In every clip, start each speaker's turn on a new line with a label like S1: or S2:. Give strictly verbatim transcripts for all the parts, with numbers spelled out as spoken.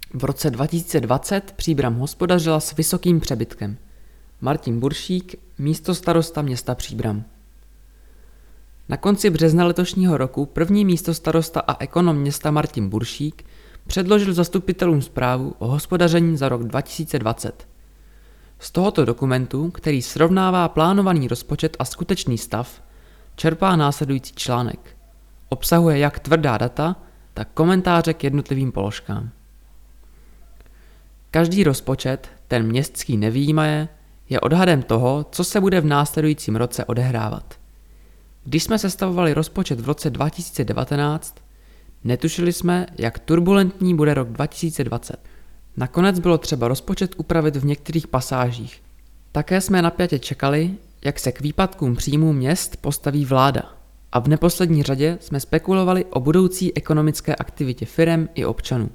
S1: V roce dva tisíce dvacet Příbram hospodařila s vysokým přebytkem. Martin Buršík, místostarosta města Příbram. Na konci března letošního roku první místostarosta a ekonom města Martin Buršík předložil zastupitelům zprávu o hospodaření za rok dva tisíce dvacet. Z tohoto dokumentu, který srovnává plánovaný rozpočet a skutečný stav, čerpá následující článek. Obsahuje jak tvrdá data, tak komentáře k jednotlivým položkám. Každý rozpočet, ten městský nevyjímaje, je odhadem toho, co se bude v následujícím roce odehrávat. Když jsme sestavovali rozpočet v roce dva tisíce devatenáct, netušili jsme, jak turbulentní bude rok dva tisíce dvacet. Nakonec bylo třeba rozpočet upravit v některých pasážích. Také jsme napjatě čekali, jak se k výpadkům příjmů měst postaví vláda. A v neposlední řadě jsme spekulovali o budoucí ekonomické aktivitě firem i občanů.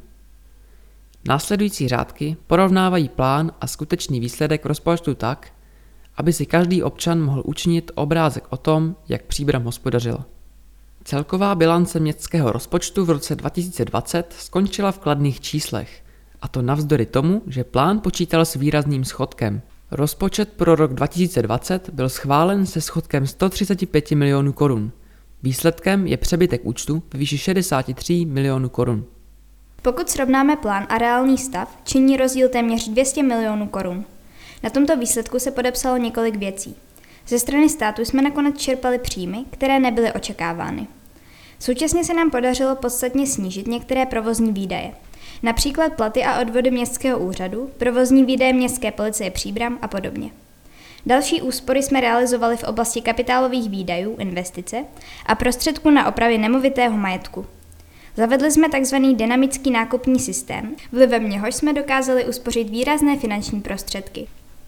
S1: Následující řádky porovnávají plán a skutečný výsledek rozpočtu tak, aby si každý občan mohl učinit obrázek o tom, jak Příbram hospodařila. Celková bilance městského rozpočtu v roce dva tisíce dvacet skončila v kladných číslech, a to navzdory tomu, že plán počítal s výrazným schodkem. Rozpočet pro rok dva tisíce dvacet byl schválen se schodkem sto třicet pět milionů korun. Výsledkem je přebytek účtu ve výši šedesát tři milionů korun.
S2: Pokud srovnáme plán a reálný stav, činí rozdíl téměř dvě stě milionů korun. Na tomto výsledku se podepsalo několik věcí. Ze strany státu jsme nakonec čerpali příjmy, které nebyly očekávány. Současně se nám podařilo podstatně snížit některé provozní výdaje. Například platy a odvody městského úřadu, provozní výdaje městské policie Příbram a podobně. Další úspory jsme realizovali v oblasti kapitálových výdajů, investice a prostředků na opravy nemovitého majetku. Zavedli jsme tzv. Dynamický nákupní systém, vlivem něhož jsme dokázali uspořit výrazné finanční prostředky.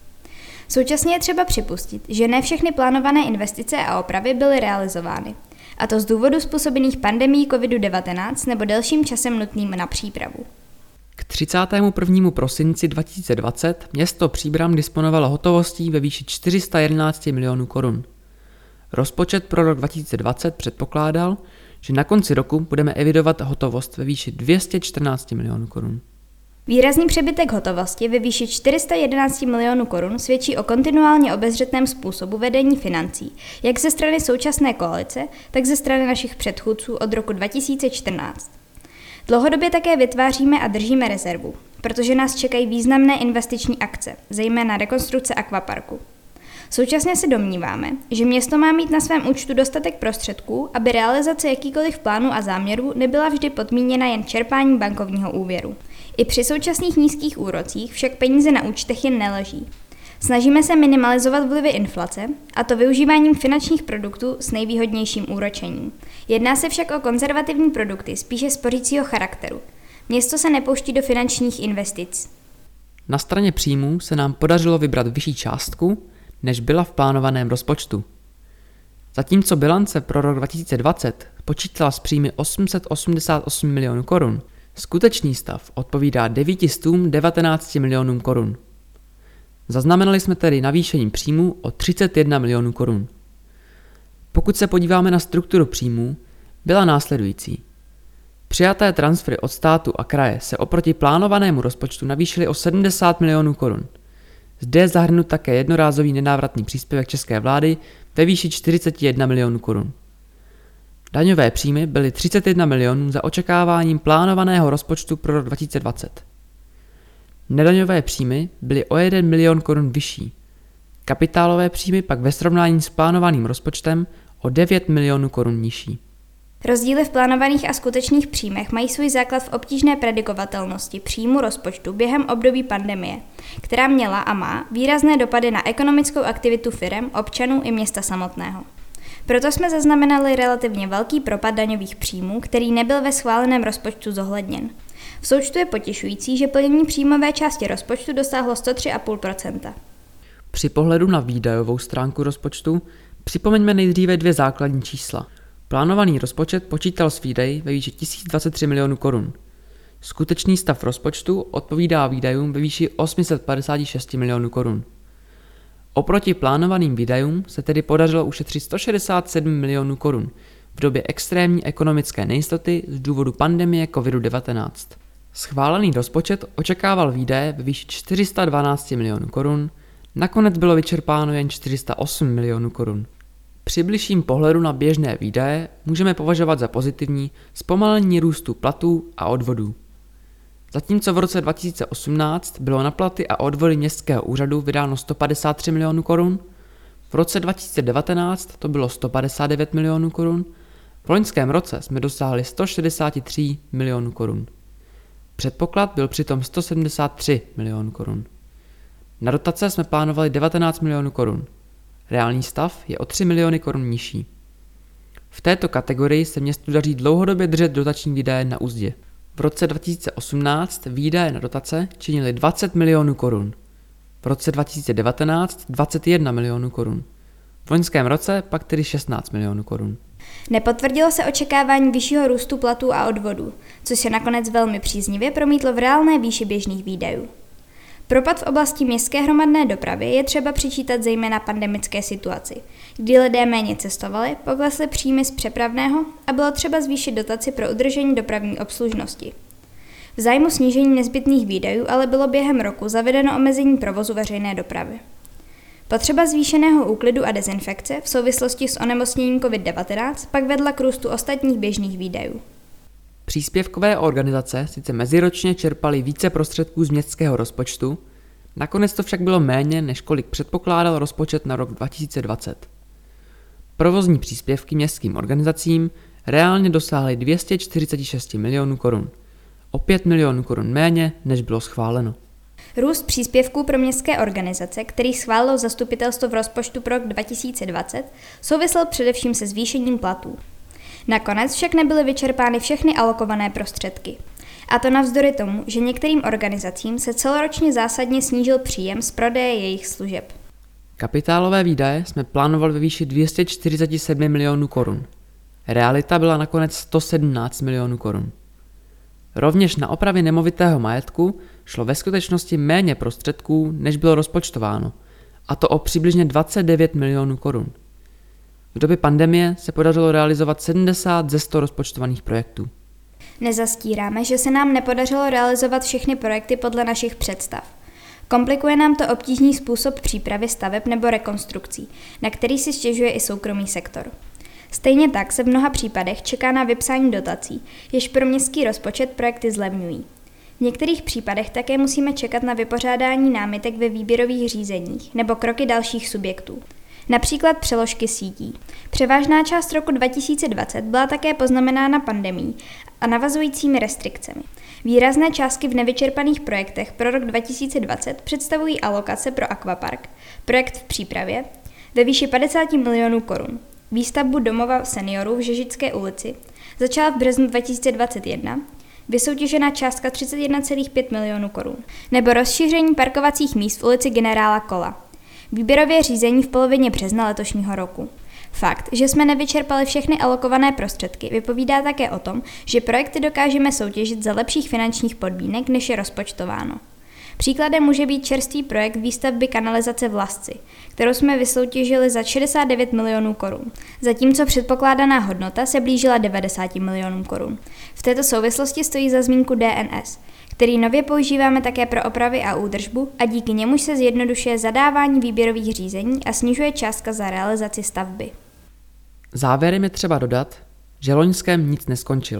S2: Současně je třeba připustit, že ne všechny plánované investice a opravy byly realizovány, a to z důvodu způsobených pandemií covid devatenáct nebo delším časem nutným na přípravu.
S1: K třicátému prvnímu prosinci dva tisíce dvacet město Příbram disponovalo hotovostí ve výši čtyři sta jedenáct milionů korun. Rozpočet pro rok dva tisíce dvacet předpokládal, že na konci roku budeme evidovat hotovost ve výši dvě stě čtrnáct milionů korun.
S2: Výrazný přebytek hotovosti ve výši čtyři sta jedenáct milionů korun svědčí o kontinuálně obezřetném způsobu vedení financí, jak ze strany současné koalice, tak ze strany našich předchůdců od roku dva tisíce čtrnáct. Dlouhodobě také vytváříme a držíme rezervu, protože nás čekají významné investiční akce, zejména rekonstrukce akvaparku. Současně se domníváme, že město má mít na svém účtu dostatek prostředků, aby realizace jakýkoliv plánů a záměrů nebyla vždy podmíněna jen čerpáním bankovního úvěru. I při současných nízkých úrocích však peníze na účtech jen neleží. Snažíme se minimalizovat vlivy inflace, a to využíváním finančních produktů s nejvýhodnějším úročením. Jedná se však o konzervativní produkty spíše spořícího charakteru. Město se nepouští do finančních investic.
S1: Na straně příjmů se nám podařilo vybrat vyšší částku, než byla v plánovaném rozpočtu. Zatímco bilance pro rok dva tisíce dvacet počítala s příjmy osm set osmdesát osm milionů korun, skutečný stav odpovídá devět set devatenáct milionům korun. Zaznamenali jsme tedy navýšení příjmů o třicet jedna milionů korun. Pokud se podíváme na strukturu příjmů, byla následující. Přijaté transfery od státu a kraje se oproti plánovanému rozpočtu navýšily o sedmdesát milionů korun. Zde je zahrnut také jednorázový nenávratný příspěvek české vlády ve výši čtyřicet jedna milionů korun. Daňové příjmy byly třicet jedna milionů za očekáváním plánovaného rozpočtu pro rok dva tisíce dvacet. Nedaňové příjmy byly o jeden milion korun vyšší. Kapitálové příjmy pak ve srovnání s plánovaným rozpočtem o devět milionů korun nižší.
S2: Rozdíly v plánovaných a skutečných příjmech mají svůj základ v obtížné predikovatelnosti příjmu rozpočtu během období pandemie, která měla a má výrazné dopady na ekonomickou aktivitu firem, občanů i města samotného. Proto jsme zaznamenali relativně velký propad daňových příjmů, který nebyl ve schváleném rozpočtu zohledněn. V součtu je potěšující, že plnění příjmové části rozpočtu dosáhlo sto tři celá pět procenta.
S1: Při pohledu na výdajovou stránku rozpočtu připomeňme nejdříve dvě základní čísla. Plánovaný rozpočet počítal s výdaji ve výši tisíc dvacet tři milionů korun. Skutečný stav rozpočtu odpovídá výdajům ve výši osm set padesát šest milionů korun. Oproti plánovaným výdajům se tedy podařilo ušetřit sto šedesát sedm milionů korun v době extrémní ekonomické nejistoty z důvodu pandemie covid devatenáct. Schválený rozpočet očekával výdaje ve výši čtyři sta dvanáct milionů korun, nakonec bylo vyčerpáno jen čtyři sta osm milionů korun. Při bližším pohledu na běžné výdaje můžeme považovat za pozitivní zpomalení růstu platů a odvodů. Zatímco v roce dva tisíce osmnáct bylo na platy a odvody městského úřadu vydáno sto padesát tři milionů korun, v roce dva tisíce devatenáct to bylo sto padesát devět milionů korun, v loňském roce jsme dosáhli sto šedesát tři milionů korun. Předpoklad byl přitom sto sedmdesát tři milionů korun. Na dotace jsme plánovali devatenáct milionů korun. Reálný stav je o tři miliony korun nižší. V této kategorii se městu daří dlouhodobě držet dotační výdaje na uzdě. V roce dva tisíce osmnáct výdaje na dotace činily dvacet milionů korun. V roce dva tisíce devatenáct dvacet jedna milionů korun. V loňském roce pak tedy šestnáct milionů korun.
S2: Nepotvrdilo se očekávání vyššího růstu platů a odvodů, což se nakonec velmi příznivě promítlo v reálné výši běžných výdajů. Propad v oblasti městské hromadné dopravy je třeba přičítat zejména pandemické situaci, kdy lidé méně cestovali, poklesly příjmy z přepravného a bylo třeba zvýšit dotaci pro udržení dopravní obslužnosti. V zájmu snížení nezbytných výdajů ale bylo během roku zavedeno omezení provozu veřejné dopravy. Potřeba zvýšeného úklidu a dezinfekce v souvislosti s onemocněním covid devatenáct pak vedla k růstu ostatních běžných výdajů.
S1: Příspěvkové organizace sice meziročně čerpaly více prostředků z městského rozpočtu, nakonec to však bylo méně, než kolik předpokládal rozpočet na rok dva tisíce dvacet. Provozní příspěvky městským organizacím reálně dosáhly dvě stě čtyřicet šest milionů korun, o pět milionů korun méně, než bylo schváleno.
S2: Růst příspěvků pro městské organizace, který schválilo zastupitelstvo v rozpočtu pro rok dva tisíce dvacet, souvisel především se zvýšením platů. Nakonec však nebyly vyčerpány všechny alokované prostředky. A to navzdory tomu, že některým organizacím se celoročně zásadně snížil příjem z prodeje jejich služeb.
S1: Kapitálové výdaje jsme plánovali ve výši dvě stě čtyřicet sedm milionů korun. Realita byla nakonec sto sedmnáct milionů korun. Rovněž na opravy nemovitého majetku šlo ve skutečnosti méně prostředků, než bylo rozpočtováno, a to o přibližně dvacet devět milionů korun. V době pandemie se podařilo realizovat sedmdesát ze sto rozpočtovaných projektů.
S2: Nezastíráme, že se nám nepodařilo realizovat všechny projekty podle našich představ. Komplikuje nám to obtížný způsob přípravy staveb nebo rekonstrukcí, na který si stěžuje i soukromý sektor. Stejně tak se v mnoha případech čeká na vypsání dotací, jež pro městský rozpočet projekty zlevňují. V některých případech také musíme čekat na vypořádání námitek ve výběrových řízeních nebo kroky dalších subjektů. Například přeložky sítí. Převážná část roku dva tisíce dvacet byla také poznamenána pandemií a navazujícími restrikcemi. Výrazné částky v nevyčerpaných projektech pro rok dva tisíce dvacet představují alokace pro akvapark, projekt v přípravě, ve výši padesát milionů korun, výstavbu domova seniorů v Žežické ulici, začala v březnu dva tisíce dvacet jedna, vysoutěžená částka třicet jedna celá pět milionů korun, nebo rozšíření parkovacích míst v ulici Generála Kola. Výběrové řízení v polovině března letošního roku. Fakt, že jsme nevyčerpali všechny alokované prostředky, vypovídá také o tom, že projekty dokážeme soutěžit za lepších finančních podmínek, než je rozpočtováno. Příkladem může být čerstvý projekt výstavby kanalizace v Lasci, kterou jsme vysoutěžili za šedesát devět milionů korun, zatímco předpokládaná hodnota se blížila devadesát milionům korun. V této souvislosti stojí za zmínku D N S, který nově používáme také pro opravy a údržbu a díky němuž se zjednodušuje zadávání výběrových řízení a snižuje částka za realizaci stavby.
S1: Závěrem je třeba dodat, že loňském nic neskončilo.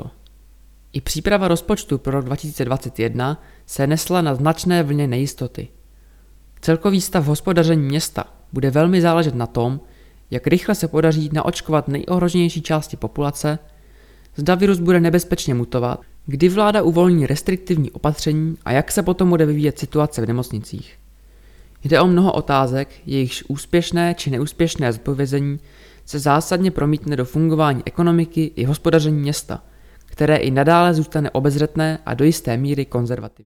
S1: I příprava rozpočtu pro rok dva tisíce dvacet jedna se nesla na značné vlně nejistoty. Celkový stav hospodaření města bude velmi záležet na tom, jak rychle se podaří naočkovat nejohroženější části populace, zda virus bude nebezpečně mutovat, kdy vláda uvolní restriktivní opatření a jak se potom bude vyvíjet situace v nemocnicích. Jde o mnoho otázek, jejichž úspěšné či neúspěšné zodpovězení se zásadně promítne do fungování ekonomiky i hospodaření města, které i nadále zůstane obezřetné a do jisté míry konzervativní.